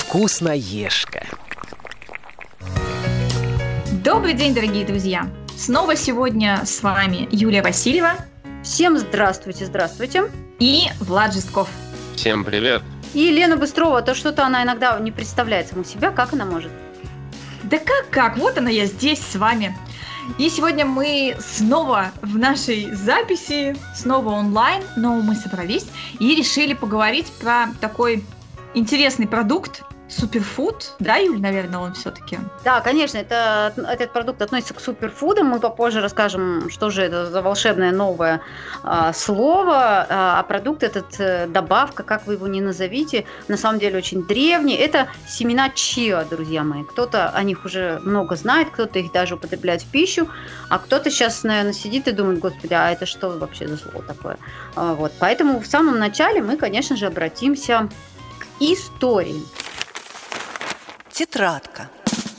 Вкусноежка. Добрый день, дорогие друзья! Снова сегодня с вами Юлия Васильева. Всем здравствуйте, здравствуйте. И Влад Жестков. Всем привет. И Лена Быстрова, то что-то она иногда не представляет саму себя, как она может. Да как? Вот она, я здесь с вами. И сегодня мы снова в нашей записи, снова онлайн, но мы собрались и решили поговорить про такой интересный продукт, суперфуд, да, Юль, наверное, он все-таки? Да, конечно, этот продукт относится к суперфудам. Мы попозже расскажем, что же это за волшебное новое слово. А продукт этот, добавка, как вы его ни назовите, на самом деле очень древний. Это семена чиа, друзья мои. Кто-то о них уже много знает, кто-то их даже употребляет в пищу, а кто-то сейчас, наверное, сидит и думает: господи, а это что вообще за слово такое? Вот. Поэтому в самом начале мы, конечно же, обратимся к истории. Тетрадка.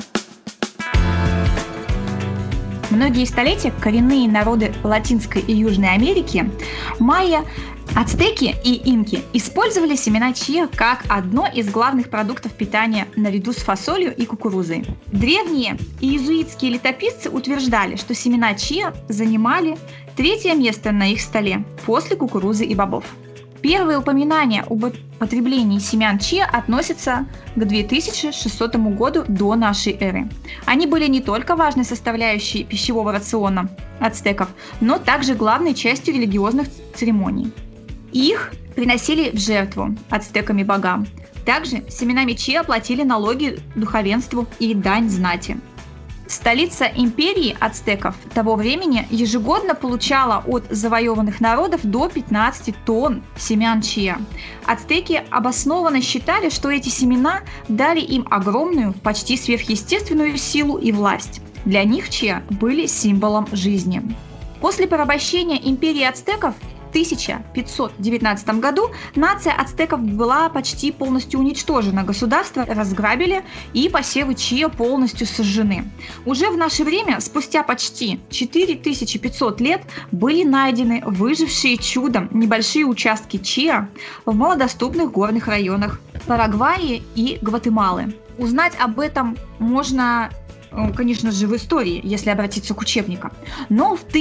Многие столетия коренные народы Латинской и Южной Америки, майя, ацтеки и инки использовали семена чиа как одно из главных продуктов питания наряду с фасолью и кукурузой. Древние иезуитские летописцы утверждали, что семена чиа занимали третье место на их столе после кукурузы и бобов. Первые упоминания об употреблении семян чиа относятся к 2600 году до нашей эры. Они были не только важной составляющей пищевого рациона ацтеков, но также главной частью религиозных церемоний. Их приносили в жертву ацтеками богам. Также семенами чиа платили налоги духовенству и дань знати. Столица империи ацтеков того времени ежегодно получала от завоеванных народов до 15 тонн семян чиа. Ацтеки обоснованно считали, что эти семена дали им огромную, почти сверхъестественную силу и власть. Для них чиа были символом жизни. После порабощения империи ацтеков в 1519 году нация ацтеков была почти полностью уничтожена, государство разграбили и посевы чиа полностью сожжены. Уже в наше время, спустя почти 4500 лет, были найдены выжившие чудом небольшие участки чиа в малодоступных горных районах Парагваи и Гватемалы. Узнать об этом можно, конечно же, в истории, если обратиться к учебникам. Но в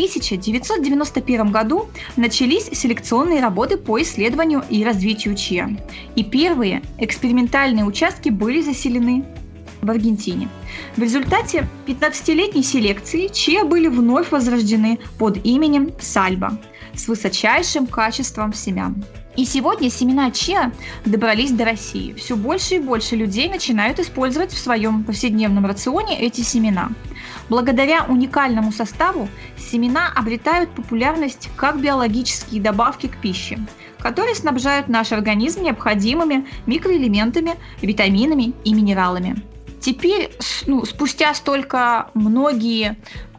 1991 году начались селекционные работы по исследованию и развитию чиа. И первые экспериментальные участки были заселены в Аргентине. В результате 15-летней селекции чиа были вновь возрождены под именем сальба с высочайшим качеством семян. И сегодня семена чиа добрались до России. Все больше и больше людей начинают использовать в своем повседневном рационе эти семена. Благодаря уникальному составу семена обретают популярность как биологические добавки к пище, которые снабжают наш организм необходимыми микроэлементами, витаминами и минералами. Теперь, спустя столько многие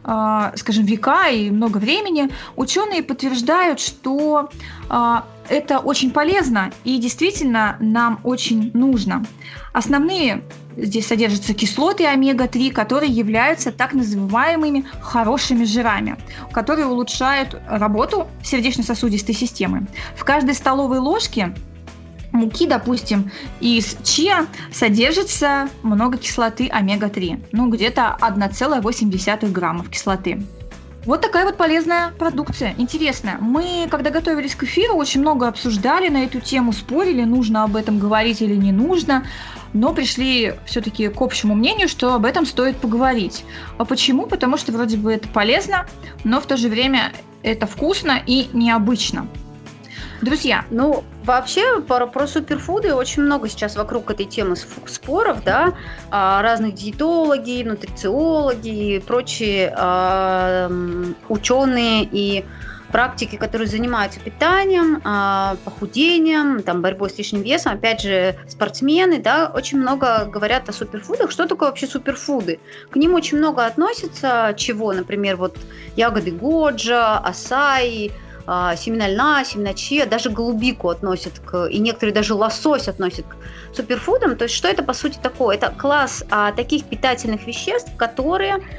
века и много времени, ученые подтверждают, что это очень полезно и действительно нам очень нужно. Основные здесь содержатся кислоты омега-3, которые являются так называемыми хорошими жирами, которые улучшают работу сердечно-сосудистой системы. В каждой столовой ложке муки, допустим, из чиа содержится много кислоты омега-3, где-то 1,8 граммов кислоты. Вот такая вот полезная продукция, интересная. Мы, когда готовились к эфиру, очень много обсуждали на эту тему, спорили, нужно об этом говорить или не нужно, но пришли все-таки к общему мнению, что об этом стоит поговорить. А почему? Потому что вроде бы это полезно, но в то же время это вкусно и необычно. Друзья, вообще про суперфуды очень много сейчас вокруг этой темы споров, да, разных диетологи, нутрициологи и прочие ученые и практики, которые занимаются питанием, похудением, борьбой с лишним весом, опять же, спортсмены, да, очень много говорят о суперфудах. Что такое вообще суперфуды? К ним очень много относится чего, например, ягоды годжа, асаи, семена льна, семена чиа, даже голубику относят и некоторые даже лосось относят к суперфудам. То есть что это по сути такое? Это класс таких питательных веществ, которые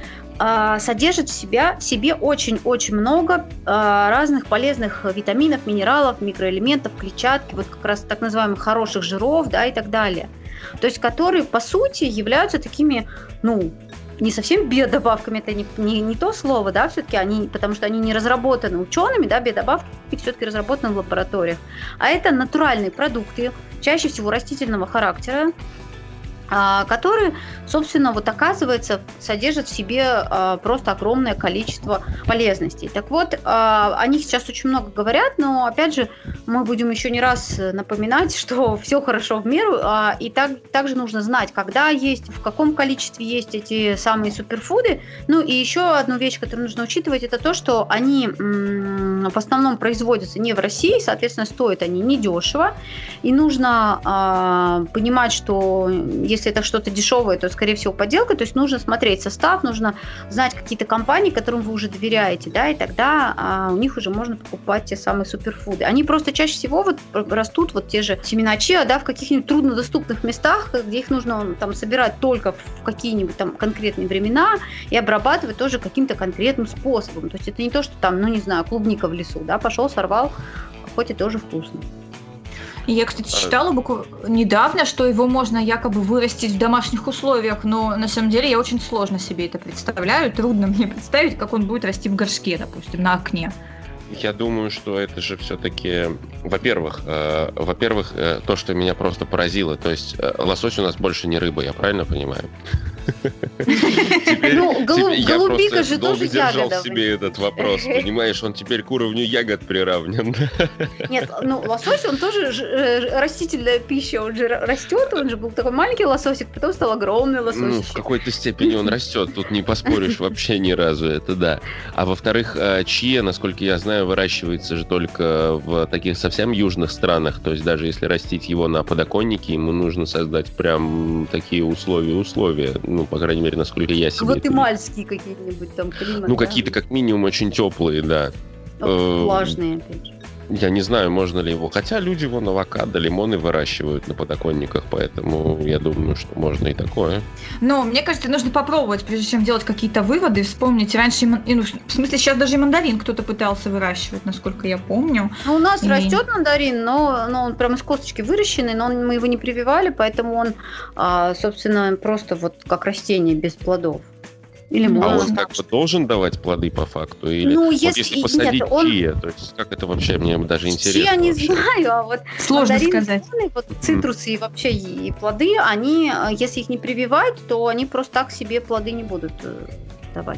содержит в себе очень-очень много разных полезных витаминов, минералов, микроэлементов, клетчатки, вот как раз так называемых хороших жиров, да, и так далее. То есть которые, по сути, являются такими, не совсем биодобавками, это не то слово, да, все-таки потому что они не разработаны учеными, да, биодобавки все-таки разработаны в лабораториях, а это натуральные продукты, чаще всего растительного характера, которые, собственно, вот оказывается, содержат в себе просто огромное количество полезностей. Так вот, о них сейчас очень много говорят, но, опять же, мы будем еще не раз напоминать, что все хорошо в меру, и также нужно знать, когда есть, в каком количестве есть эти самые суперфуды. Ну и еще одну вещь, которую нужно учитывать, это то, что они в основном производятся не в России, соответственно, стоят они недешево, и нужно понимать, что если это что-то дешевое, то, скорее всего, подделка. То есть нужно смотреть состав, нужно знать какие-то компании, которым вы уже доверяете, да, и тогда у них уже можно покупать те самые суперфуды. Они просто чаще всего вот растут, вот те же семена чиа, да, в каких-нибудь труднодоступных местах, где их нужно там собирать только в какие-нибудь там конкретные времена и обрабатывать тоже каким-то конкретным способом. То есть это не то, что там, не знаю, клубника в лесу, да, пошел, сорвал, хоть и тоже вкусно. Я, кстати, читала недавно, что его можно якобы вырастить в домашних условиях, но на самом деле я очень сложно себе это представляю. Трудно мне представить, как он будет расти в горшке, допустим, на окне. Я думаю, что это же все-таки, во-первых, то, что меня просто поразило, то есть лосось у нас больше не рыба, я правильно понимаю? Голубика же тоже ягода. Я держал в себе этот вопрос, понимаешь, он теперь к уровню ягод приравнен. Нет, лосось, он тоже растительная пища, он же растет, он же был такой маленький лососик, потом стал огромный лососик. В какой-то степени он растет, тут не поспоришь вообще ни разу, это да. А во-вторых, чиа, насколько я знаю, выращивается же только в таких совсем южных странах, то есть даже если растить его на подоконнике, ему нужно создать прям такие условия. По крайней мере, насколько я себе... Гватемальские какие-нибудь там климаты. Какие-то как минимум очень теплые, да. Влажные, опять же. Я не знаю, можно ли его... Хотя люди вон авокадо, лимоны выращивают на подоконниках, поэтому я думаю, что можно и такое. Но мне кажется, нужно попробовать, прежде чем делать какие-то выводы. Вспомнить, раньше... в смысле, сейчас даже и мандарин кто-то пытался выращивать, насколько я помню. У нас растет мандарин, но он прям из косточки выращенный, но мы его не прививали, поэтому он, собственно, просто вот как растение без плодов. Или он как бы должен давать плоды по факту? Или если посадить чиа, то есть как это вообще, мне даже интересно. Чиа не знаю, а вот сложно сказать. Вот цитрусы и вообще и плоды, они, если их не прививать, то они просто так себе плоды не будут давать.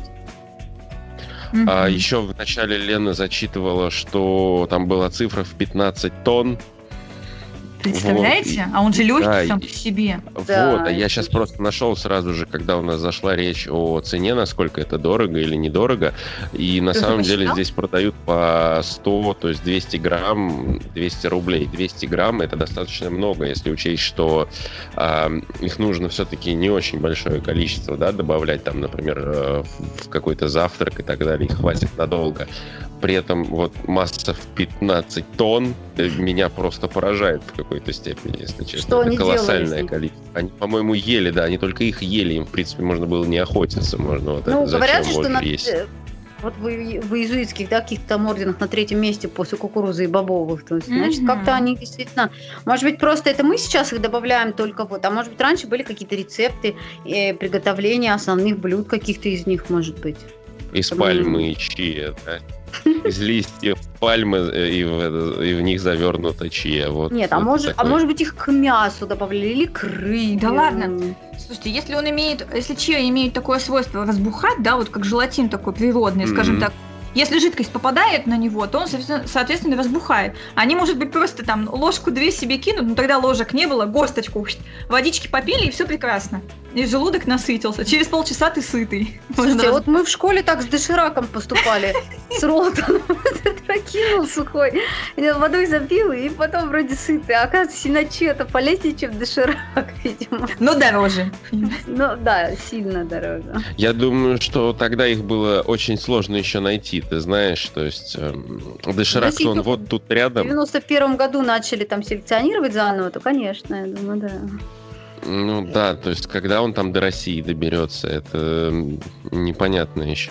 А еще вначале Лена зачитывала, что там была цифра в 15 тонн. Представляете? А он же легкий сам по себе. А я сейчас просто нашел сразу же, когда у нас зашла речь о цене, насколько это дорого или недорого. И на самом деле здесь продают по 100, то есть 200 грамм, 200 рублей. 200 грамм это достаточно много, если учесть, что их нужно все-таки не очень большое количество, да, добавлять там, например, в какой-то завтрак и так далее. Их хватит надолго. При этом вот масса в 15 тонн меня просто поражает в какой-то степени, если честно. Что это колоссальное количество. Они, по-моему, ели, да, они только их ели, им, в принципе, можно было не охотиться, можно вот это говорят, зачем что есть. Вот в иезуитских, да, каких-то орденах на 3-м месте после кукурузы и бобовых. То есть, значит, как-то они действительно... Может быть, просто это мы сейчас их добавляем только вот, а может быть, раньше были какие-то рецепты приготовления основных блюд каких-то из них, может быть. Из пальмы и чиа, да. Из листьев пальмы и в них завернута чиа. Вот. Нет, а может быть их к мясу добавляли или к рыбе. Да ладно. Слушайте, если чиа имеет такое свойство разбухать, да, вот как желатин такой природный, скажем так, если жидкость попадает на него, то он, соответственно, разбухает. Они, может быть, просто там ложку-две себе кинут, но тогда ложек не было, горсточку, водички попили, и все прекрасно. И желудок насытился. Через полчаса ты сытый. Слушайте, вот мы в школе так с дошираком поступали. С ротом. Кинул сухой, водой запил, и потом вроде сытый. А оказывается, сильно чиа-то полезнее, чем доширак, видимо. Но дороже. Ну да, сильно дороже. Я думаю, что тогда их было очень сложно еще найти, ты знаешь, то есть доширак, он вот тут рядом. В 91-м году начали там селекционировать заново, то, конечно, я думаю, да. Ну да, то есть когда он там до России доберется, это непонятно еще.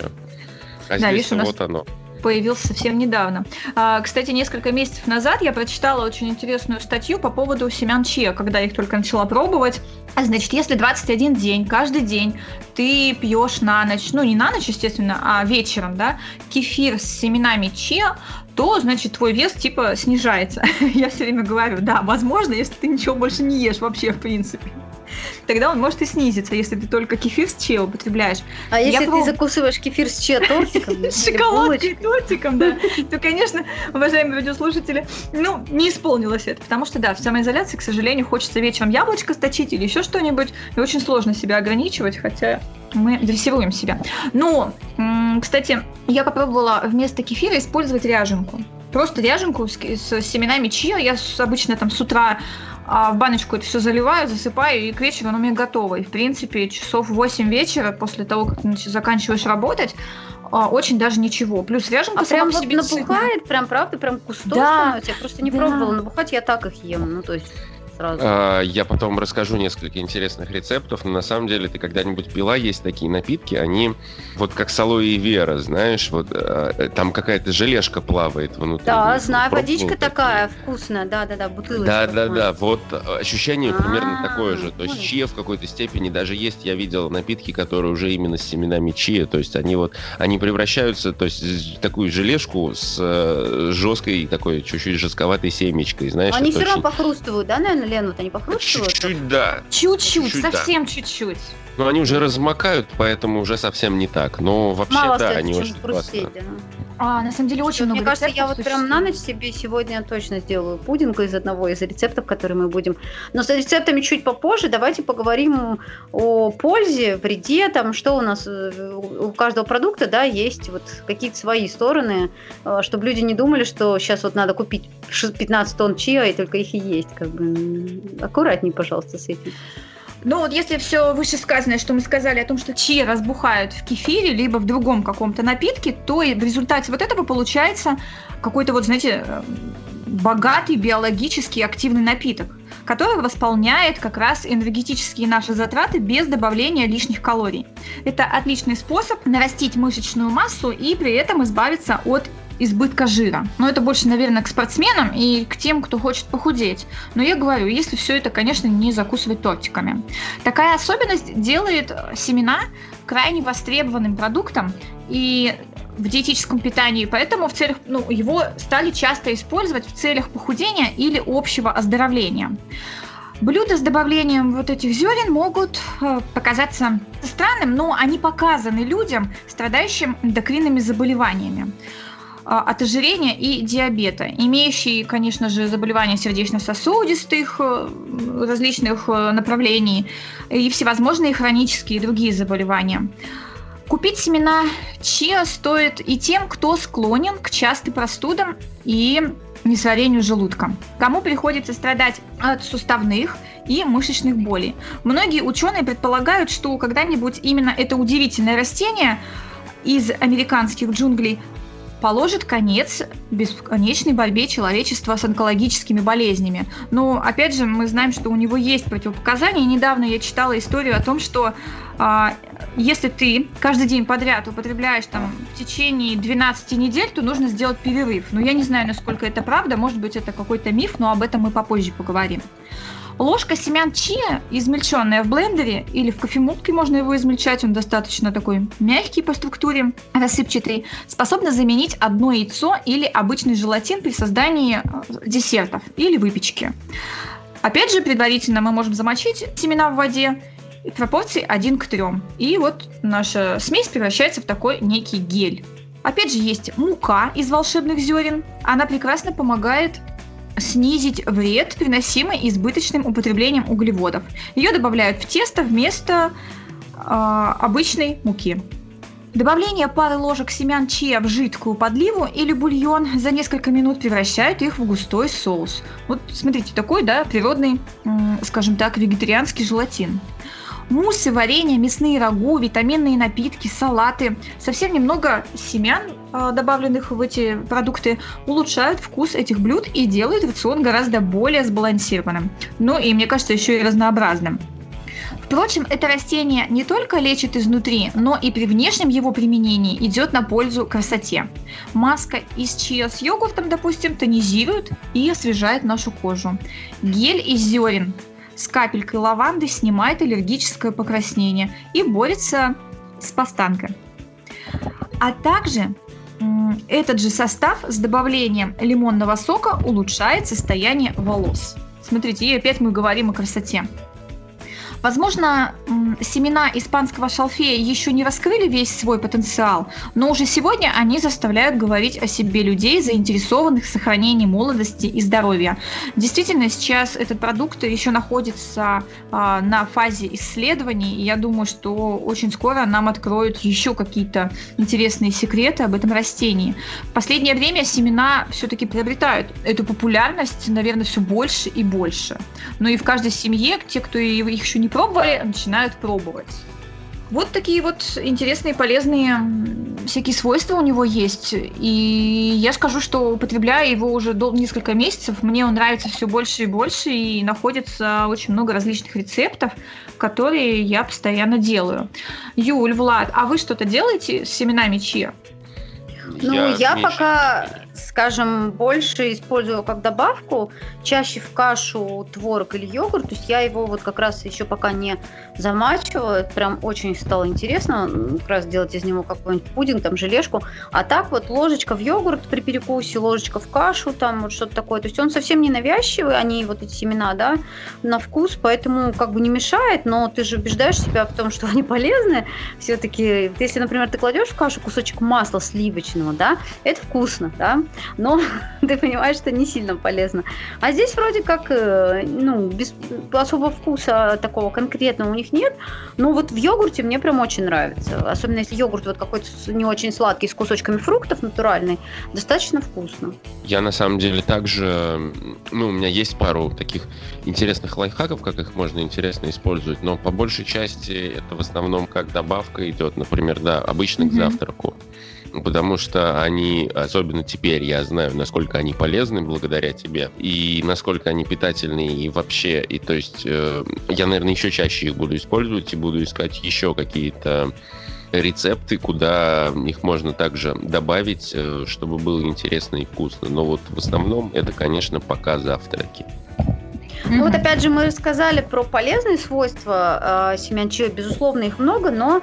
А да, здесь видишь, вот оно. Появился совсем недавно. Кстати, несколько месяцев назад я прочитала очень интересную статью по поводу семян чиа, когда я их только начала пробовать. Значит, если 21 день, каждый день ты пьешь на ночь, ну не на ночь, естественно, а вечером, да, кефир с семенами чиа, то, значит, твой вес типа снижается. Я все время говорю, да, возможно, если ты ничего больше не ешь вообще, в принципе. Тогда он может и снизиться, если ты только кефир с чиа употребляешь. А если ты закусываешь кефир с чиа тортиком? С шоколадкой и тортиком, да, то, конечно, уважаемые радиослушатели, не исполнилось это, потому что, да, в самоизоляции, к сожалению, хочется вечером яблочко сточить или еще что-нибудь, и очень сложно себя ограничивать, хотя мы дрессируем себя. Но, кстати, я попробовала вместо кефира использовать ряженку. Просто ряженку с семенами чиа. Я обычно там с утра в баночку это все заливаю, засыпаю, и к вечеру оно у меня готово. И, в принципе, часов 8 вечера, после того, как ты заканчиваешь работать, очень даже ничего. Плюс ряженка прям по себе набухает, прям правда, прям густой становится. Я просто не пробовала набухать, я так их ем. Ну, то есть... Сразу. Я потом расскажу несколько интересных рецептов, но на самом деле ты когда-нибудь пила, есть такие напитки, они вот как с алоэ вера, знаешь, вот там какая-то желешка плавает внутри. Да, знаю, водичка такая вкусная, да-да-да, бутылочка. Да, вот ощущение примерно такое же, то есть чиа в какой-то степени даже есть, я видел напитки, которые уже именно с семенами чиа, то есть они превращаются, то есть в такую желешку с жесткой такой чуть-чуть жестковатой семечкой, знаешь. Они все равно похрустывают, да, наверное? Лен, вот они похрустывают? Чуть-чуть, да. Чуть-чуть, совсем чуть-чуть. Ну, они уже размокают, поэтому уже совсем не так. Но вообще, мало, да, кстати, они очень классные. На самом деле очень много. Мне кажется, я вот прям на ночь себе сегодня точно сделаю пудинг из одного из рецептов, которые мы будем. Но с рецептами чуть попозже. Давайте поговорим о пользе, вреде, там, что у нас у каждого продукта, да, есть вот какие-то свои стороны, чтобы люди не думали, что сейчас вот надо купить 15 тонн чиа и только их и есть. Как бы аккуратней, пожалуйста, с этим. Ну вот если все вышесказанное, что мы сказали о том, что чиа разбухают в кефире, либо в другом каком-то напитке, то и в результате вот этого получается какой-то вот, знаете, богатый биологически активный напиток, который восполняет как раз энергетические наши затраты без добавления лишних калорий. Это отличный способ нарастить мышечную массу и при этом избавиться от избытка жира. Но это больше, наверное, к спортсменам и к тем, кто хочет похудеть. Но я говорю, если все это, конечно, не закусывать тортиками. Такая особенность делает семена крайне востребованным продуктом и в диетическом питании, поэтому в целях, его стали часто использовать в целях похудения или общего оздоровления. Блюда с добавлением вот этих зерен могут показаться странным, но они показаны людям, страдающим эндокринными заболеваниями от ожирения и диабета, имеющие, конечно же, заболевания сердечно-сосудистых различных направлений и всевозможные хронические и другие заболевания. Купить семена чиа стоит и тем, кто склонен к частым простудам и несварению желудка, кому приходится страдать от суставных и мышечных болей. Многие ученые предполагают, что когда-нибудь именно это удивительное растение из американских джунглей положит конец бесконечной борьбе человечества с онкологическими болезнями. Но, опять же, мы знаем, что у него есть противопоказания. Недавно я читала историю о том, что если ты каждый день подряд употребляешь в течение 12 недель, то нужно сделать перерыв. Но я не знаю, насколько это правда. Может быть, это какой-то миф, но об этом мы попозже поговорим. Ложка семян чиа, измельченная в блендере или в кофемолке можно его измельчать, он достаточно такой мягкий по структуре, рассыпчатый, способна заменить одно яйцо или обычный желатин при создании десертов или выпечки. Опять же, предварительно мы можем замочить семена в воде в пропорции 1:3. И вот наша смесь превращается в такой некий гель. Опять же, есть мука из волшебных зерен. Она прекрасно помогает снизить вред, приносимый избыточным употреблением углеводов. Ее добавляют в тесто вместо обычной муки. Добавление пары ложек семян чиа в жидкую подливу или бульон за несколько минут превращает их в густой соус. Вот смотрите, такой, природный, скажем так, вегетарианский желатин. Муссы, варенье, мясные рагу, витаминные напитки, салаты. Совсем немного семян, добавленных в эти продукты, улучшают вкус этих блюд и делают рацион гораздо более сбалансированным. Ну и, мне кажется, еще и разнообразным. Впрочем, это растение не только лечит изнутри, но и при внешнем его применении идет на пользу красоте. Маска из чиа с йогуртом, допустим, тонизирует и освежает нашу кожу. Гель из зерен с капелькой лаванды снимает аллергическое покраснение и борется с постанкой. А также этот же состав с добавлением лимонного сока улучшает состояние волос. Смотрите, и опять мы говорим о красоте. Возможно, семена испанского шалфея еще не раскрыли весь свой потенциал, но уже сегодня они заставляют говорить о себе людей, заинтересованных в сохранении молодости и здоровья. Действительно, сейчас этот продукт еще находится на фазе исследований, и я думаю, что очень скоро нам откроют еще какие-то интересные секреты об этом растении. В последнее время семена все-таки приобретают эту популярность, наверное, все больше и больше. Но и в каждой семье те, кто их еще не пробовали, начинают пробовать. Вот такие вот интересные, полезные всякие свойства у него есть. И я скажу, что употребляя его уже несколько месяцев, мне он нравится все больше и больше, и находится очень много различных рецептов, которые я постоянно делаю. Юль, Влад, а вы что-то делаете с семенами чиа? Я пока, скажем, больше использую как добавку, чаще в кашу, творог или йогурт. То есть я его вот как раз еще пока не замачиваю. Прям очень стало интересно как раз делать из него какой-нибудь пудинг, там, желешку. А так вот ложечка в йогурт при перекусе, ложечка в кашу, там вот что-то такое. То есть он совсем не навязчивый, они вот эти семена, да, на вкус, поэтому как бы не мешает, но ты же убеждаешь себя в том, что они полезны. Все-таки, если, например, ты кладешь в кашу кусочек масла сливочного, да, это вкусно, да, но ты понимаешь, что не сильно полезно. А здесь вроде как, без особого вкуса такого конкретного у них нет, но вот в йогурте мне прям очень нравится. Особенно если йогурт вот какой-то не очень сладкий, с кусочками фруктов натуральный, достаточно вкусно. Я на самом деле также, у меня есть пару таких интересных лайфхаков, как их можно интересно использовать, но по большей части это в основном как добавка идет, например, да, обычно к завтраку. Потому что они, особенно теперь, я знаю, насколько они полезны благодаря тебе, и насколько они питательные, и вообще, и то есть я, наверное, еще чаще их буду использовать, и буду искать еще какие-то рецепты, куда их можно также добавить, чтобы было интересно и вкусно. Но вот в основном это, конечно, пока завтраки. Ну вот опять же мы рассказали про полезные свойства семян чиа, безусловно, их много, но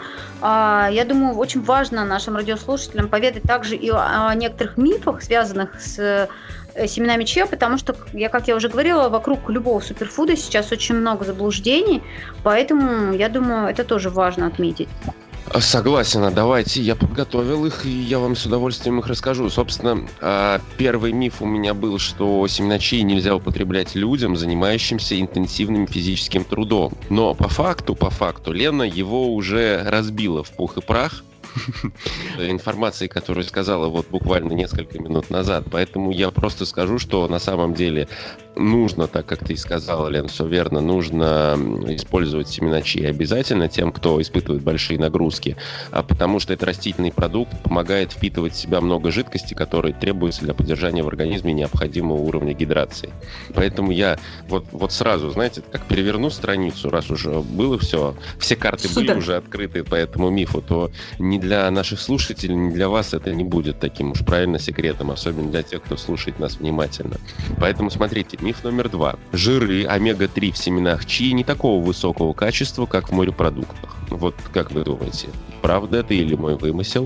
я думаю, очень важно нашим радиослушателям поведать также и о некоторых мифах, связанных с семенами чиа, потому что, как я уже говорила, вокруг любого суперфуда сейчас очень много заблуждений, поэтому, я думаю, это тоже важно отметить. Согласен, давайте, я подготовил их, и я вам с удовольствием их расскажу. Собственно, первый миф у меня был, что семена чиа нельзя употреблять людям, занимающимся интенсивным физическим трудом. Но по факту, Лена его уже разбила в пух и прах информации, которую сказала вот буквально несколько минут назад. Поэтому я просто скажу, что на самом деле нужно, так как ты и сказала, Лен, все верно, нужно использовать семена чиа обязательно тем, кто испытывает большие нагрузки, потому что это растительный продукт, помогает впитывать в себя много жидкости, которые требуются для поддержания в организме необходимого уровня гидрации. Поэтому я вот сразу, знаете, как переверну страницу, раз уже было все карты были уже открыты по этому мифу, то ни для наших слушателей, ни для вас это не будет таким уж правильно секретом, особенно для тех, кто слушает нас внимательно. Поэтому смотрите, миф номер 2. Жиры омега-3 в семенах чиа не такого высокого качества, как в морепродуктах. Вот как вы думаете, правда это или мой вымысел?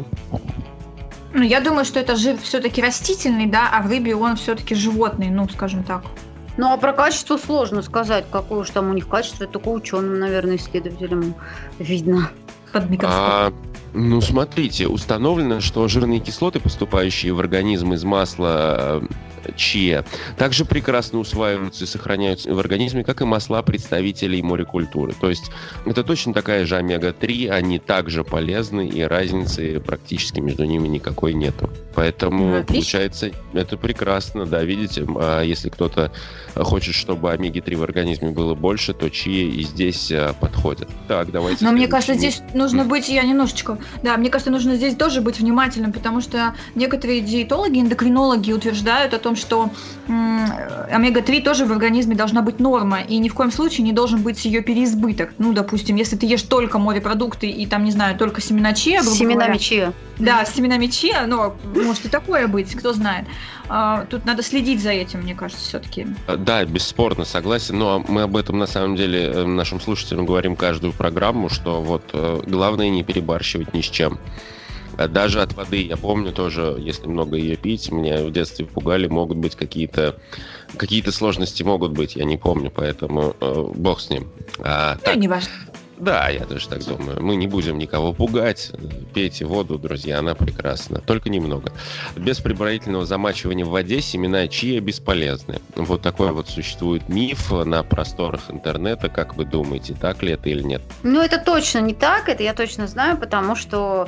Я думаю, что это жир все-таки растительный, да, а в рыбе он все-таки животный, скажем так. Ну, а про качество сложно сказать, какое уж там у них качество, это только ученым, наверное, исследователям видно. Под микроскопом. Смотрите, установлено, что жирные кислоты, поступающие в организм из масла чиа, также прекрасно усваиваются и сохраняются в организме, как и масла представителей морекультуры. То есть это точно такая же омега-3, они также полезны, и разницы практически между ними никакой нету. Поэтому, получается, это прекрасно, да, видите, если кто-то хочет, чтобы омеги-3 в организме было больше, то чиа и здесь подходит. Так, давайте. Но мне кажется, здесь нужно быть, я немножечко Да, мне кажется, нужно здесь тоже быть внимательным, потому что некоторые диетологи, эндокринологи утверждают о том, что омега-3 тоже в организме должна быть норма, и ни в коем случае не должен быть ее переизбыток. Ну, допустим, если ты ешь только морепродукты и там, не знаю, только семена чиа, грубо говоря. Семенами чиа. Да, с семенами чиа, но может и такое быть, кто знает. Тут надо следить за этим, мне кажется, все-таки. Да, бесспорно, согласен. Но мы об этом, на самом деле, нашим слушателям говорим каждую программу, что вот главное не перебарщивать ни с чем. Даже от воды, я помню тоже, если много ее пить, меня в детстве пугали, могут быть какие-то сложности могут быть, я не помню, поэтому бог с ним. Не важно. Да, я тоже так думаю. Мы не будем никого пугать. Пейте воду, друзья, она прекрасна. Только немного. Без предварительного замачивания в воде семена чиа бесполезны. Вот такой вот существует миф на просторах интернета. Как вы думаете, так ли это или нет? Ну, это точно не так. Это я точно знаю, потому что,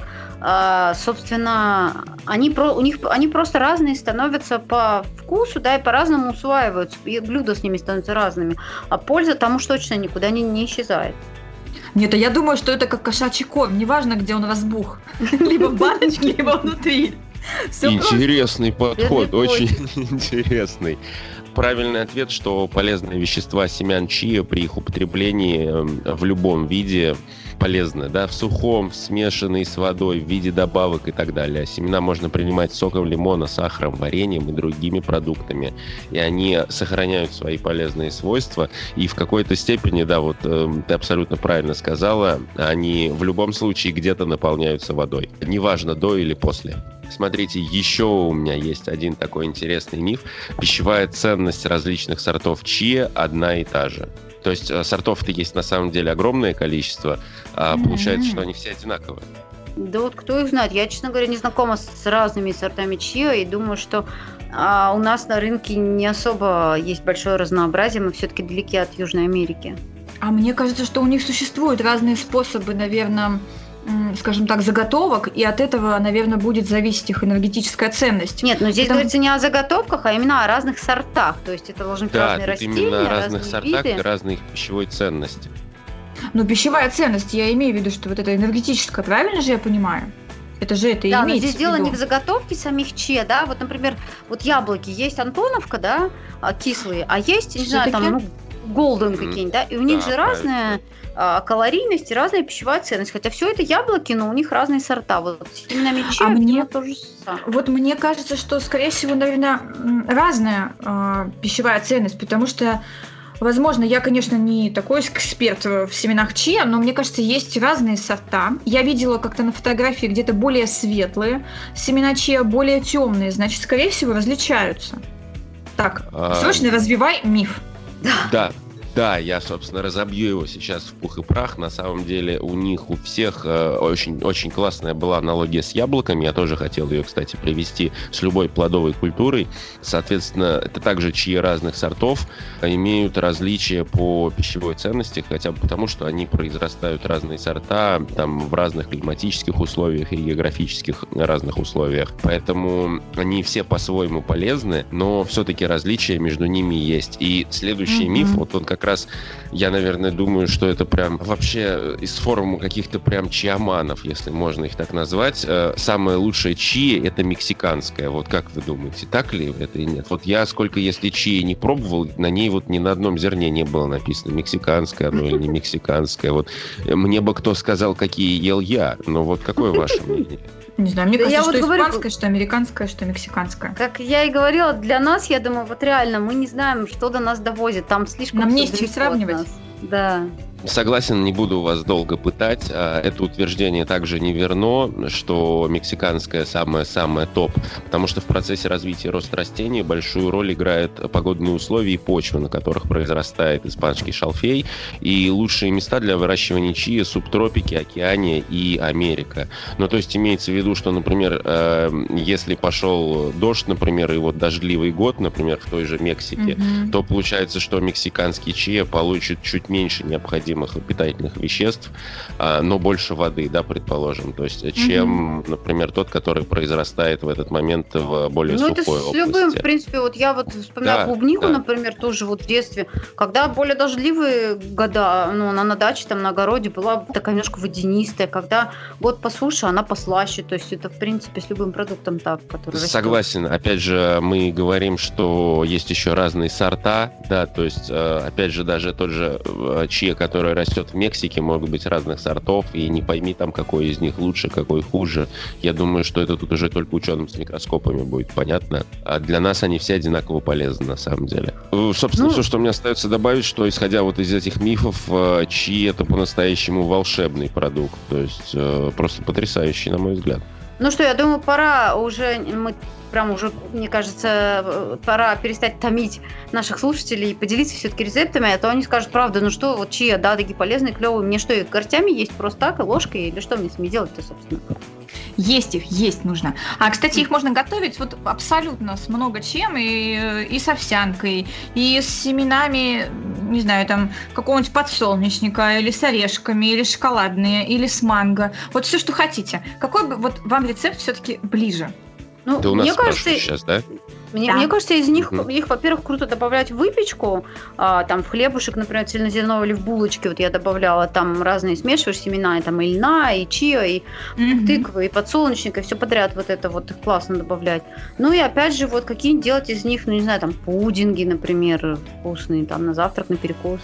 собственно, они просто разные становятся по вкусу, да, и по-разному усваиваются. И блюда с ними становятся разными. А польза там уж точно никуда не исчезает. Нет, я думаю, что это как кошачий корм. Неважно, где он разбух. Либо в баночке, либо внутри. Интересный подход, очень интересный. Правильный ответ, что полезные вещества семян чиа при их употреблении в любом виде полезны, да, в сухом, смешанной с водой, в виде добавок и так далее. Семена можно принимать соком лимона, сахаром, вареньем и другими продуктами, и они сохраняют свои полезные свойства, и в какой-то степени, да, вот ты абсолютно правильно сказала, они в любом случае где-то наполняются водой, неважно, до или после. Смотрите, еще у меня есть один такой интересный миф. Пищевая ценность различных сортов чиа одна и та же. То есть сортов-то есть на самом деле огромное количество, а получается, что они все одинаковые. Да вот кто их знает. Я, честно говоря, не знакома с разными сортами чиа и думаю, что у нас на рынке не особо есть большое разнообразие. Мы все-таки далеки от Южной Америки. А мне кажется, что у них существуют разные способы, наверное, скажем так, заготовок, и от этого, наверное, будет зависеть их энергетическая ценность. Нет, но здесь говорится не о заготовках, а именно о разных сортах. То есть это должны быть разные растения, именно о разных сортах виды. И разной пищевой ценности. Ну, пищевая ценность, я имею в виду, что вот это энергетическая, правильно же я понимаю? Это же это и имеется в виду. Да, но здесь дело не в заготовке самих чиа, да, вот, например, вот яблоки, есть Антоновка, да, кислые, а есть, не знаю, там, голден какие-нибудь, да, и у них же разная калорийность и разная пищевая ценность, хотя все это яблоки, но у них разные сорта, вот с семенами чиа мне тоже самое. Вот мне кажется, что, скорее всего, наверное, разная пищевая ценность, потому что, возможно, я, конечно, не такой эксперт в семенах чиа, но мне кажется, есть разные сорта. Я видела как-то на фотографии где-то более светлые семена чиа, более темные, значит, скорее всего, различаются. Так, срочно развивай миф. Да, я, собственно, разобью его сейчас в пух и прах. На самом деле у них у всех очень классная была аналогия с яблоками. Я тоже хотел ее, кстати, привести с любой плодовой культурой. Соответственно, это также чиа разных сортов имеют различия по пищевой ценности, хотя бы потому, что они произрастают разные сорта там, в разных климатических условиях и географических разных условиях. Поэтому они все по-своему полезны, но все-таки различия между ними есть. И следующий миф, вот он как раз, я, наверное, думаю, что это прям вообще из форума каких-то прям чиаманов, если можно их так назвать. Самое лучшее чиа — это мексиканское. Вот как вы думаете, так ли это или нет? Вот я сколько, если чиа не пробовал, на ней вот ни на одном зерне не было написано, мексиканское оно или не мексиканское. Вот мне бы кто сказал, какие ел я, но вот какое ваше мнение? Не знаю, мне кажется, что испанское, что американское, что мексиканское. Как я и говорила, для нас, я думаю, вот реально, мы не знаем, что до нас довозит. Там слишком нам не с чем сравнивать. Да. Согласен, не буду вас долго пытать. Это утверждение также не верно, что мексиканское самое топ, потому что в процессе развития роста растений большую роль играют погодные условия и почвы, на которых произрастает испанский шалфей. И лучшие места для выращивания чиа — субтропики, Океания и Америка. Ну, то есть имеется в виду, что, например, если пошел дождь, например, и вот дождливый год, например, в той же Мексике, то получается, что мексиканский чиа получит чуть меньше необходимых необходимых питательных веществ, но больше воды, да, предположим, то есть, чем, например, тот, который произрастает в этот момент в более сухой области. Ну, это с любым, в принципе, вот я вот вспоминаю клубнику, например, тоже вот в детстве, когда более дождливые года, ну, она на даче, там, на огороде была такая немножко водянистая, когда год по суше, она послаще, то есть это, в принципе, с любым продуктом так, который растет. Согласен, опять же, мы говорим, что есть еще разные сорта, да, то есть, опять же, даже тот же чиа, который растет в Мексике, могут быть разных сортов, и не пойми там, какой из них лучше, какой хуже. Я думаю, что это тут уже только ученым с микроскопами будет понятно. А для нас они все одинаково полезны, на самом деле. Собственно, все, что мне остается добавить, что, исходя вот из этих мифов, чиа — это по-настоящему волшебный продукт. То есть, просто потрясающий, на мой взгляд. Ну что, я думаю, пора уже, мне кажется, пора перестать томить наших слушателей и поделиться все-таки рецептами, а то они скажут, правда, ну что, вот чиа, да, такие полезные, клевые, мне что, их горстями есть просто так, и ложкой, или что мне с ними делать-то, собственно? Есть нужно. А, кстати, их можно готовить вот абсолютно с много чем, и с овсянкой, и с семенами, не знаю, там, какого-нибудь подсолнечника, или с орешками, или шоколадные, или с манго. Вот все, что хотите. Какой бы вот вам рецепт все-таки ближе? Ну, ты у нас спрашиваешь сейчас, да? Мне кажется, из них, во-первых, круто добавлять в выпечку, там в хлебушек, например, цельнозерновой, или в булочки, вот я добавляла, там разные смешиваешь семена, и там и льна, и чиа, и тыквы, и подсолнечника, и все подряд вот это вот классно добавлять. Ну и опять же, вот какие-нибудь делать из них, ну не знаю, там пудинги, например, вкусные, там на завтрак, на перекус.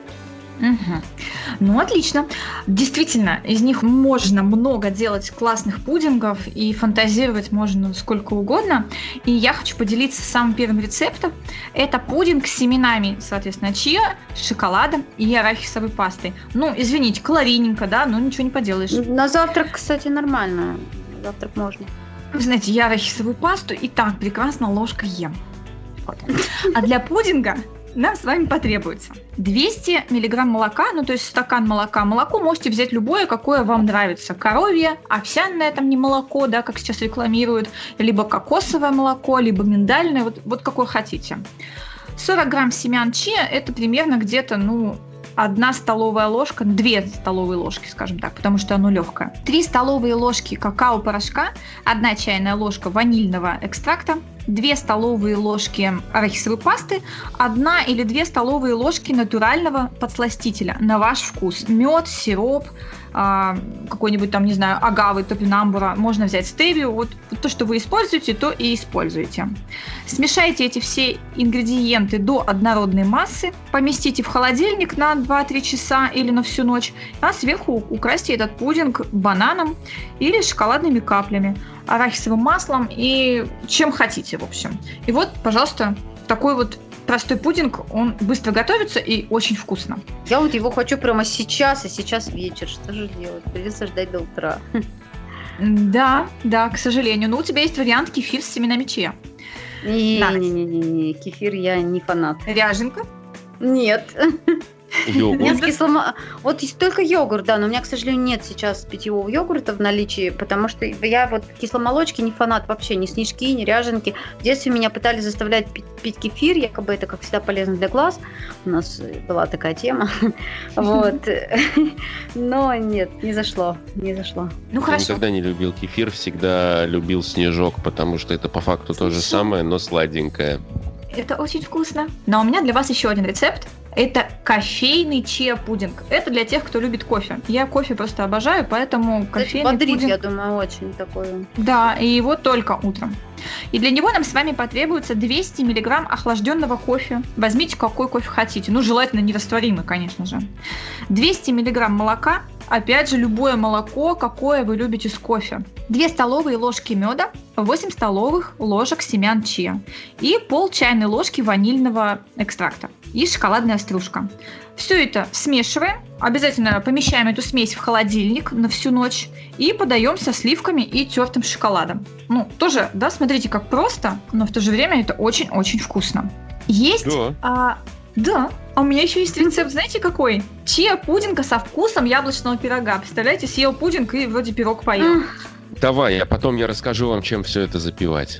Ну, отлично. Действительно, из них можно много делать классных пудингов, и фантазировать можно сколько угодно. И я хочу поделиться самым первым рецептом. Это пудинг с семенами, соответственно, чиа, шоколадом и арахисовой пастой. Ну, извините, калорийненько, да, но ничего не поделаешь. На завтрак, кстати, нормально. На завтрак можно. Вы знаете, я арахисовую пасту и так прекрасно ложкой ем. Вот. А для пудинга нам с вами потребуется 200 мг молока, ну то есть стакан молока. Молоко можете взять любое, какое вам нравится. Коровье, овсяное, там не молоко, да, как сейчас рекламируют, либо кокосовое молоко, либо миндальное, вот какое хотите. 40 грамм семян чиа, это примерно где-то, 1 столовая ложка, 2 столовые ложки, скажем так, потому что оно легкое. 3 столовые ложки какао-порошка, 1 чайная ложка ванильного экстракта, 2 столовые ложки арахисовой пасты, 1 или 2 столовые ложки натурального подсластителя на ваш вкус. Мед, сироп, какой-нибудь там, не знаю, агавы, топинамбура. Можно взять стевию. Вот то, что вы используете, то и используйте. Смешайте эти все ингредиенты до однородной массы, поместите в холодильник на 2-3 часа или на всю ночь, а сверху украсьте этот пудинг бананом или шоколадными каплями, арахисовым маслом и чем хотите, в общем. И вот, пожалуйста, такой вот простой пудинг, он быстро готовится и очень вкусно. Я вот его хочу прямо сейчас, и сейчас вечер. Что же делать? Придется ждать до утра. Да, к сожалению. Но у тебя есть вариант кефир с семенами чиа. Не, кефир я не фанат. Ряженка? Нет. Йогурт. Вот есть только йогурт, да, но у меня, к сожалению, нет сейчас питьевого йогурта в наличии, потому что я вот кисломолочки не фанат вообще, ни снежки, ни ряженки. В детстве меня пытались заставлять пить кефир, якобы это, как всегда, полезно для глаз. У нас была такая тема. Вот. Но нет, не зашло. Ну, хорошо. Я никогда не любил кефир, всегда любил снежок, потому что это по факту то же самое, но сладенькое. Это очень вкусно. Но у меня для вас еще один рецепт. Это кофейный чиа-пудинг. Это для тех, кто любит кофе. Я кофе просто обожаю, поэтому кофейный бодрит, пудинг... я думаю, очень такой. Да, и его только утром. И для него нам с вами потребуется 200 мг охлажденного кофе. Возьмите, какой кофе хотите. Ну, желательно нерастворимый, конечно же. 200 мг молока. Опять же, любое молоко, какое вы любите с кофе. 2 столовые ложки меда, 8 столовых ложек семян чиа и пол чайной ложки ванильного экстракта и шоколадная стружка. Все это смешиваем, обязательно помещаем эту смесь в холодильник на всю ночь и подаем со сливками и тертым шоколадом. Ну, тоже, да, смотрите, как просто, но в то же время это очень-очень вкусно. Есть... Да, а у меня еще есть рецепт, знаете какой? Чиа-пудинга со вкусом яблочного пирога. Представляете, съел пудинг и вроде пирог поел. Давай, а потом я расскажу вам, чем все это запивать.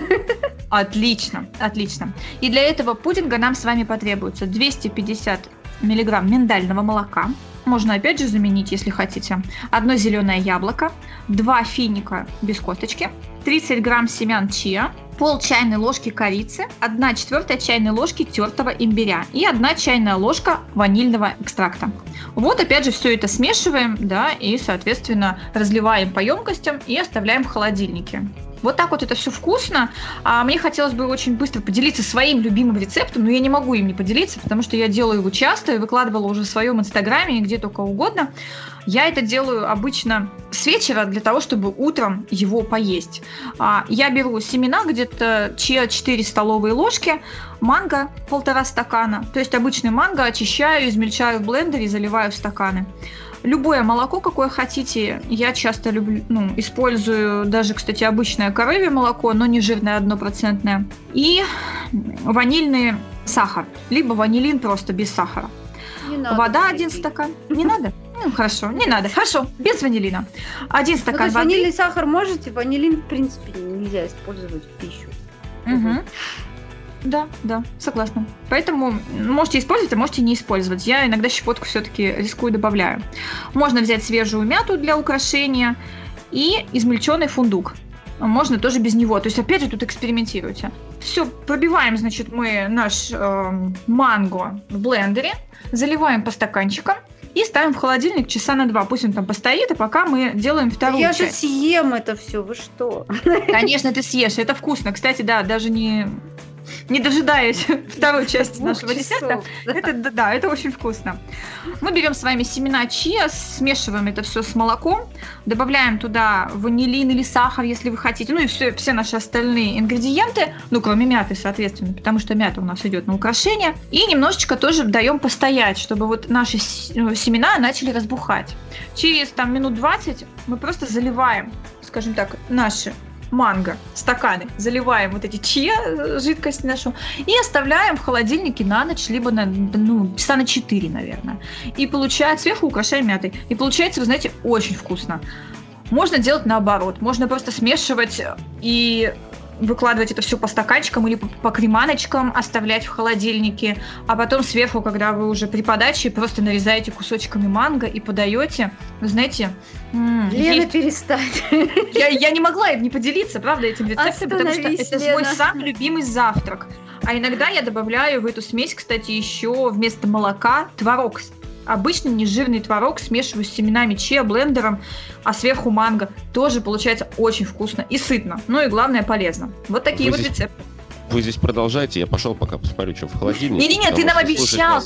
Отлично. И для этого пудинга нам с вами потребуется 250 мг миндального молока. Можно опять же заменить, если хотите. 1 зеленое яблоко, 2 финика без косточки, 30 грамм семян чиа, пол чайной ложки корицы, 1/4 чайной ложки тертого имбиря и 1 чайная ложка ванильного экстракта. Вот опять же все это смешиваем, да, и, соответственно, разливаем по емкостям и оставляем в холодильнике. Вот так вот это все вкусно. Мне хотелось бы очень быстро поделиться своим любимым рецептом, но я не могу им не поделиться, потому что я делаю его часто и выкладывала уже в своем инстаграме и где только угодно. Я это делаю обычно с вечера для того, чтобы утром его поесть. Я беру семена, где-то чиа 4 столовые ложки, манго 1,5 стакана. То есть обычный манго очищаю, измельчаю в блендере и заливаю в стаканы. Любое молоко, какое хотите, я часто люблю, использую даже, кстати, обычное коровье молоко, но не жирное 1%. И ванильный сахар, либо ванилин просто без сахара. Вода 1 стакан. Не надо? Хорошо, не надо. Хорошо, без ванилина. 1 стакан воды. Ванильный сахар можете, ванилин, в принципе, нельзя использовать в пищу. Угу. Да, согласна. Поэтому можете использовать, а можете не использовать. Я иногда щепотку все-таки рискую добавляю. Можно взять свежую мяту для украшения и измельченный фундук. Можно тоже без него. То есть, опять же, тут экспериментируйте. Все, пробиваем, значит, мы наш манго в блендере, заливаем по стаканчикам и ставим в холодильник часа на 2. Пусть он там постоит, а пока мы делаем вторую часть. Я же съем это все, вы что? Конечно, ты съешь, это вкусно. Кстати, да, даже не дожидаясь второй части нашего рецепта. Это очень вкусно. Мы берем с вами семена чиа, смешиваем это все с молоком, добавляем туда ванилин или сахар, если вы хотите, и все наши остальные ингредиенты, кроме мяты, соответственно, потому что мята у нас идет на украшение, и немножечко тоже даем постоять, чтобы вот наши семена начали разбухать. Через минут 20 мы просто заливаем, скажем так, наши манго, стаканы, заливаем вот эти чиа, жидкость нашу, и оставляем в холодильнике на ночь, либо часа на 4, наверное. И получается, сверху украшаем мятой. И получается, вы знаете, очень вкусно. Можно делать наоборот. Можно просто смешивать и выкладывать это все по стаканчикам или по креманочкам, оставлять в холодильнике, а потом сверху, когда вы уже при подаче, просто нарезаете кусочками манго и подаете. Вы знаете... Лена, перестань. Я не могла не поделиться, правда, этим рецептом, потому что это мой самый любимый завтрак. А иногда я добавляю в эту смесь, кстати, еще вместо молока творог. Обычный нежирный творог смешиваю с семенами чиа, блендером, а сверху манго. Тоже получается очень вкусно и сытно. И главное, полезно. Вот такие рецепты. Вы здесь продолжайте, я пошел пока посмотрю, что в холодильнике. Не-не-не, ты нам обещал,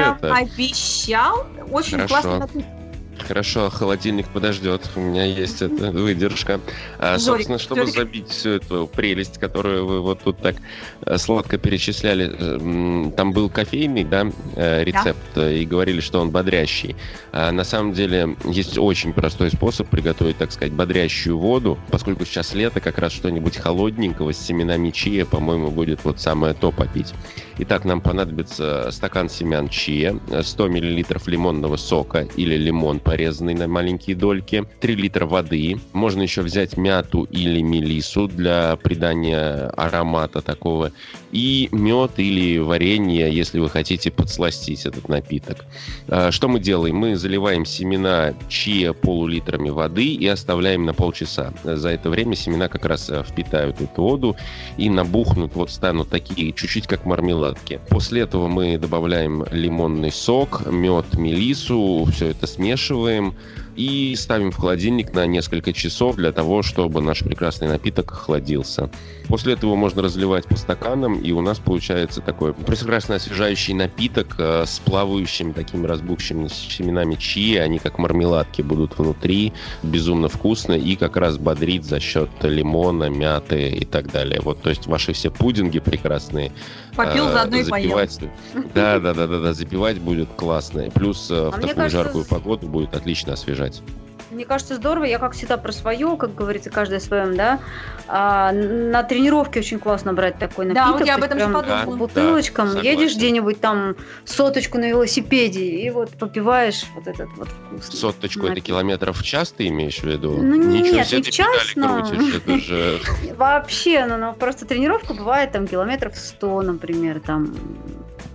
обещал. Очень классно напиток. Хорошо, холодильник подождет, у меня есть эта выдержка. Собственно, чтобы забить всю эту прелесть, которую вы вот тут так сладко перечисляли, там был кофейный, да, рецепт, да, и говорили, что он бодрящий. На самом деле есть очень простой способ приготовить, так сказать, бодрящую воду, поскольку сейчас лето, как раз что-нибудь холодненького с семенами чиа, по-моему, будет вот самое то попить. Итак, нам понадобится стакан семян чиа, 100 мл лимонного сока или лимон, порезанный на маленькие дольки, 3 литра воды. Можно еще взять мяту или мелиссу для придания аромата такого. И мед или варенье, если вы хотите подсластить этот напиток. Что мы делаем? Мы заливаем семена чиа пол-литрами воды и оставляем на полчаса. За это время семена как раз впитают эту воду и набухнут, вот станут такие, чуть-чуть как мармеладки. После этого мы добавляем лимонный сок, мед, мелиссу, все это смешиваем и ставим в холодильник на несколько часов для того, чтобы наш прекрасный напиток охладился. После этого можно разливать по стаканам, и у нас получается такой прекрасно освежающий напиток с плавающими такими разбухшими семенами чиа. Они как мармеладки будут внутри, безумно вкусно и как раз бодрит за счет лимона, мяты и так далее. Вот, то есть ваши все пудинги прекрасные. Попил заодно и поел. Да, запивать будет классно. Плюс в такую жаркую погоду будет отлично освежать. Мне кажется, здорово. Я, как всегда, про свое, как говорится, каждый о своем, да. На тренировке очень классно брать такой напиток. Да, вот я об этом же подумала. По бутылочкам, да, едешь где-нибудь там соточку на велосипеде и вот попиваешь вот этот вот вкус. Соточку напиток. Это километров в час ты имеешь в виду? Ничего себе, ты педали крутишь, это же... Вообще, просто тренировка бывает там километров 100, например, там...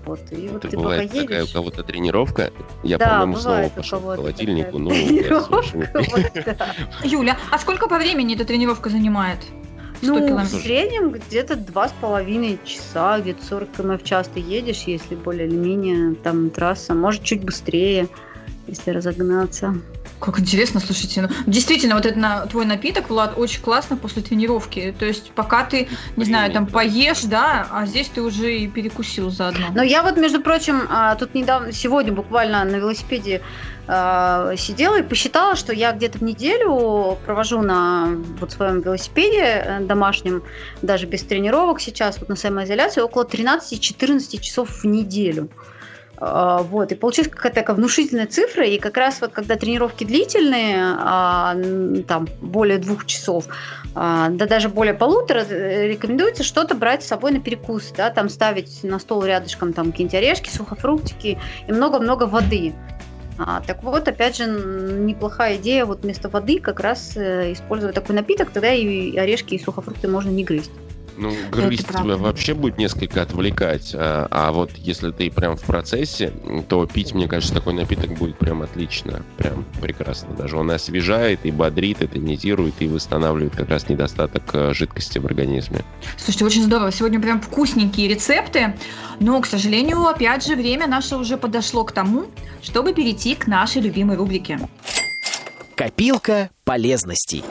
Вот, и вот Это ты бывает пока едешь... такая у кого-то тренировка. Я, Да, по-моему, снова бывает у пошел к кого-то холодильнику. такая Ну, тренировка, вот, да. Юля, а сколько по времени эта тренировка занимает? 100 Ну, в километров. среднем где-то 2,5 часа, где-то 40 км в час ты едешь, если более или менее там трасса. Может, чуть быстрее, если разогнаться. Как интересно, слушайте. Ну, действительно, вот этот твой напиток, Влад, очень классно после тренировки. То есть пока ты, не знаю, там поешь, да, а здесь ты уже и перекусил заодно. Но я вот, между прочим, тут недавно, сегодня буквально на велосипеде сидела и посчитала, что я где-то в неделю провожу на вот своем велосипеде домашнем, даже без тренировок сейчас, вот на самоизоляции, около 13-14 часов в неделю. Вот, и получилась какая-то такая внушительная цифра, и как раз вот когда тренировки длительные, там более 2 часов, да даже более 1,5, рекомендуется что-то брать с собой на перекус, да, там ставить на стол рядышком там какие-нибудь орешки, сухофруктики и много-много воды. Так вот, опять же, неплохая идея вот вместо воды как раз использовать такой напиток, тогда и орешки, и сухофрукты можно не грызть. Ну, грызть тебя вообще будет несколько отвлекать, а вот если ты прям в процессе, то пить, мне кажется, такой напиток будет прям отлично, прям прекрасно даже. Он и освежает, и бодрит, и тонизирует, и восстанавливает как раз недостаток жидкости в организме. Слушайте, очень здорово. Сегодня прям вкусненькие рецепты, но, к сожалению, опять же, время наше уже подошло к тому, чтобы перейти к нашей любимой рубрике. Копилка полезностей.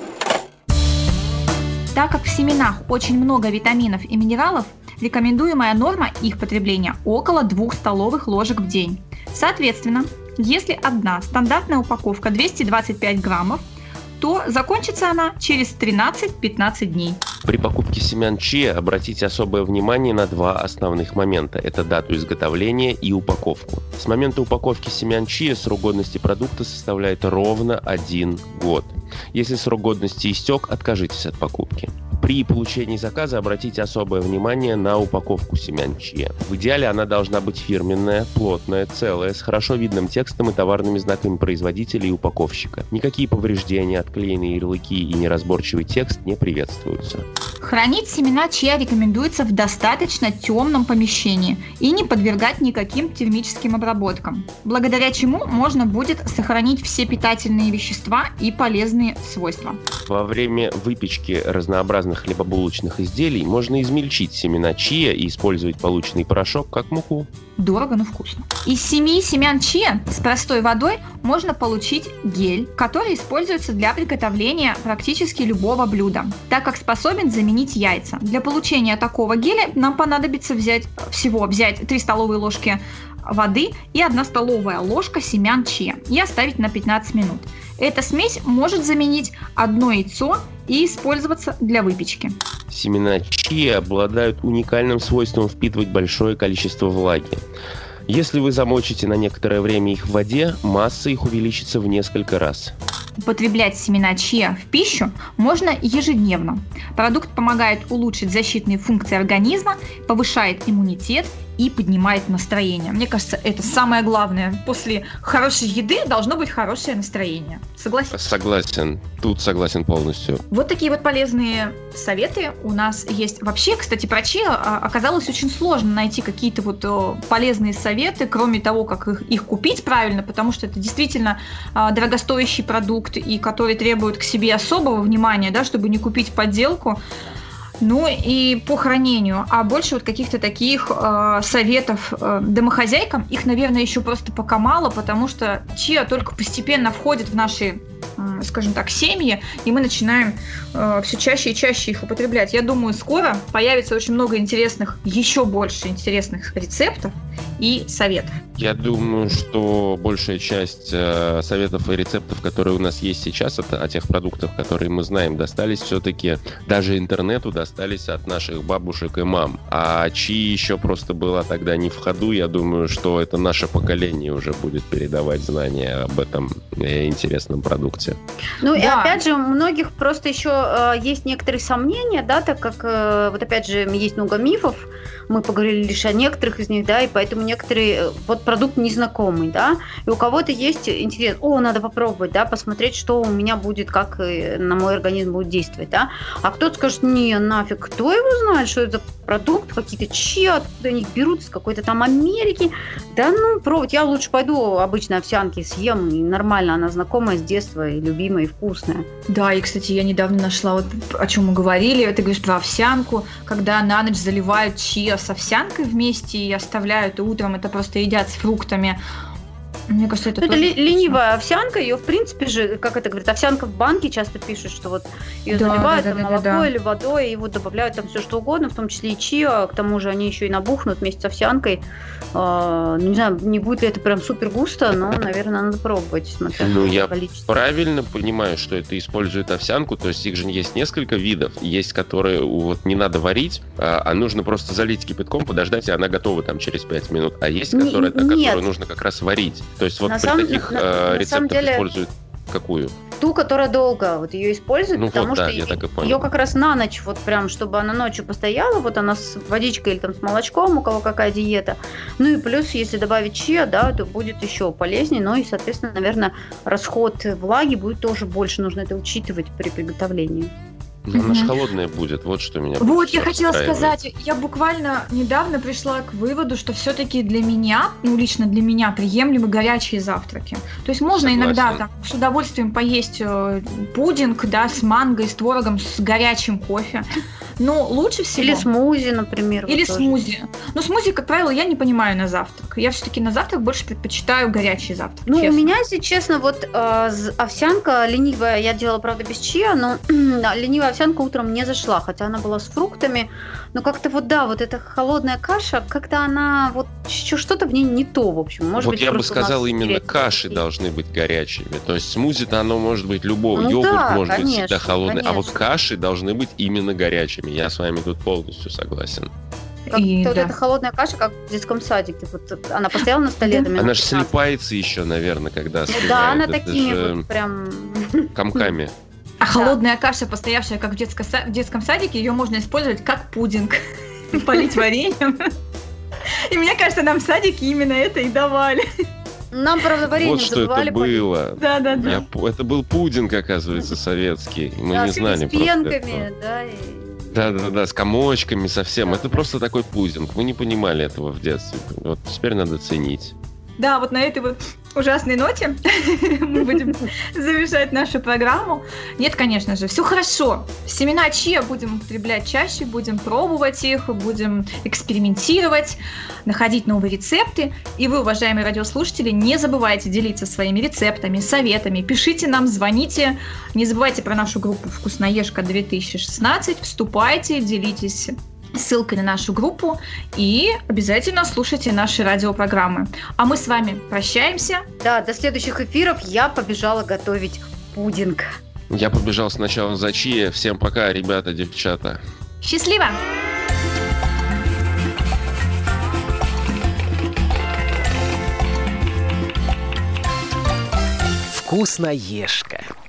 Так как в семенах очень много витаминов и минералов, рекомендуемая норма их потребления около 2 столовых ложек в день. Соответственно, если одна стандартная упаковка 225 граммов, то закончится она через 13-15 дней. При покупке семян чиа обратите особое внимание на 2 основных момента. Это дату изготовления и упаковку. С момента упаковки семян чиа срок годности продукта составляет ровно 1 год. Если срок годности истек, откажитесь от покупки. При получении заказа обратите особое внимание на упаковку семян чиа. В идеале она должна быть фирменная, плотная, целая, с хорошо видным текстом и товарными знаками производителя и упаковщика. Никакие повреждения, отклеенные ярлыки и неразборчивый текст не приветствуются. Хранить семена чиа рекомендуется в достаточно темном помещении и не подвергать никаким термическим обработкам, благодаря чему можно будет сохранить все питательные вещества и полезные свойства. Во время выпечки разнообразных хлебобулочных изделий можно измельчить семена чиа и использовать полученный порошок как муку. Дорого, но вкусно. Из 7 семян чиа с простой водой можно получить гель, который используется для приготовления практически любого блюда, так как способен заменить яйца. Для получения такого геля нам понадобится взять 3 столовые ложки воды и 1 столовая ложка семян чиа и оставить на 15 минут. Эта смесь может заменить 1 яйцо и использоваться для выпечки. Семена чиа обладают уникальным свойством впитывать большое количество влаги. Если вы замочите на некоторое время их в воде, масса их увеличится в несколько раз. Употреблять семена чиа в пищу можно ежедневно. Продукт помогает улучшить защитные функции организма, повышает иммунитет и поднимает настроение. Мне кажется, это самое главное. После хорошей еды должно быть хорошее настроение. Согласен? Согласен. Тут согласен полностью. Вот такие вот полезные советы у нас есть. Вообще, кстати, про чиа оказалось очень сложно найти какие-то вот полезные советы, кроме того, как их купить правильно, потому что это действительно дорогостоящий продукт, и который требует к себе особого внимания, да, чтобы не купить подделку. Ну и по хранению, а больше вот каких-то таких советов домохозяйкам, их, наверное, еще просто пока мало, потому что чиа только постепенно входит в наши, скажем так, семьи, и мы начинаем все чаще и чаще их употреблять. Я думаю, скоро появится очень много еще больше интересных рецептов и советов. Я думаю, что большая часть советов и рецептов, которые у нас есть сейчас, о тех продуктах, которые мы знаем, достались все-таки даже интернету, достались от наших бабушек и мам. А чиа еще просто была тогда не в ходу. Я думаю, что это наше поколение уже будет передавать знания об этом интересном продукте. Ну и опять же, у многих просто еще есть некоторые сомнения, да, так как вот опять же есть много мифов, мы поговорили лишь о некоторых из них, да, и поэтому некоторые, вот продукт незнакомый, да, и у кого-то есть интерес, надо попробовать, да, посмотреть, что у меня будет, как на мой организм будет действовать, да, а кто-то скажет, не, нафиг, кто его знает, что это за продукт, какие-то чиа, откуда они берут, с какой-то там Америки. Да ну, пробовать. Я лучше пойду обычно овсянки съем, и нормально, она знакомая с детства, и любимая, и вкусная. Да, и, кстати, я недавно нашла, вот о чем мы говорили, ты говоришь про овсянку, когда на ночь заливают чиа с овсянкой вместе и оставляют, и утром это просто едят с фруктами. Мне кажется, это ленивая овсянка, ее в принципе же, как это говорит, овсянка в банке часто пишут, что вот ее заливают молоком или водой, и вот добавляют там все что угодно, в том числе и чиа, к тому же они еще и набухнут вместе с овсянкой. Не знаю, не будет ли это прям супер густо, но, наверное, надо пробовать, смотря на я количество. Правильно понимаю, что это использует овсянку, то есть их же есть несколько видов, есть, которые вот не надо варить, а нужно просто залить кипятком, подождать, и она готова там через 5 минут, а есть, которую нужно как раз варить. То есть вот при таких рецептах используют какую? Ту, которая долго вот ее используют, потому вот, что я так и понял. Ее как раз на ночь, вот прям, чтобы она ночью постояла, вот она с водичкой или там с молочком, у кого какая диета. Ну и плюс, если добавить чиа, да, то будет еще полезнее, но и, соответственно, наверное, расход влаги будет тоже больше, нужно это учитывать при приготовлении. Она же холодная будет, вот что меня. Вот, я хотела сказать, я буквально недавно пришла к выводу, что все-таки для меня, лично для меня, приемлемы горячие завтраки. То есть можно иногда там, с удовольствием поесть пудинг, да, с манго и с творогом, с горячим кофе. Но лучше всего... Или смузи, например. Или смузи. Но смузи, как правило, я не понимаю на завтрак. Я все-таки на завтрак больше предпочитаю горячий завтрак. Ну, честно. У меня, если честно, вот овсянка ленивая, я делала, правда, без чиа, но ленивая овсянка утром не зашла, хотя она была с фруктами. Но как-то вот, да, вот эта холодная каша, как-то она, вот что-то в ней не то, в общем. Может вот быть, я бы сказал, именно каши должны быть горячими. То есть смузи-то оно может быть любого. Ну, йогурт да, может конечно, быть всегда холодный. Конечно. А вот каши должны быть именно горячими. Я с вами тут полностью согласен. Вот эта холодная каша, как в детском садике. Вот она постояла на столе. Да. Она же слипается еще, наверное, когда остывает. Да, она такими вот прям... комками. А холодная каша, постоявшая как в детском садике, ее можно использовать как пудинг. Полить вареньем. И мне кажется, нам в садике именно это и давали. Нам, правда, варенье вот что это было. Да. Это был пудинг, оказывается, советский. Мы не знали с пенками, да, с комочками совсем. Это просто такой пудинг. Мы не понимали этого в детстве. Вот теперь надо ценить. Да, вот на этой вот ужасной ноте мы будем завершать нашу программу. Нет, конечно же, все хорошо. Семена чиа будем употреблять чаще, будем пробовать их, будем экспериментировать, находить новые рецепты. И вы, уважаемые радиослушатели, не забывайте делиться своими рецептами, советами. Пишите нам, звоните. Не забывайте про нашу группу «Вкусноежка 2016». Вступайте, делитесь ссылкой на нашу группу и обязательно слушайте наши радиопрограммы. А мы с вами прощаемся. Да, до следующих эфиров. Я побежала готовить пудинг. Я побежал сначала за чиа. Всем пока, ребята, девчата. Счастливо! Вкусноежка.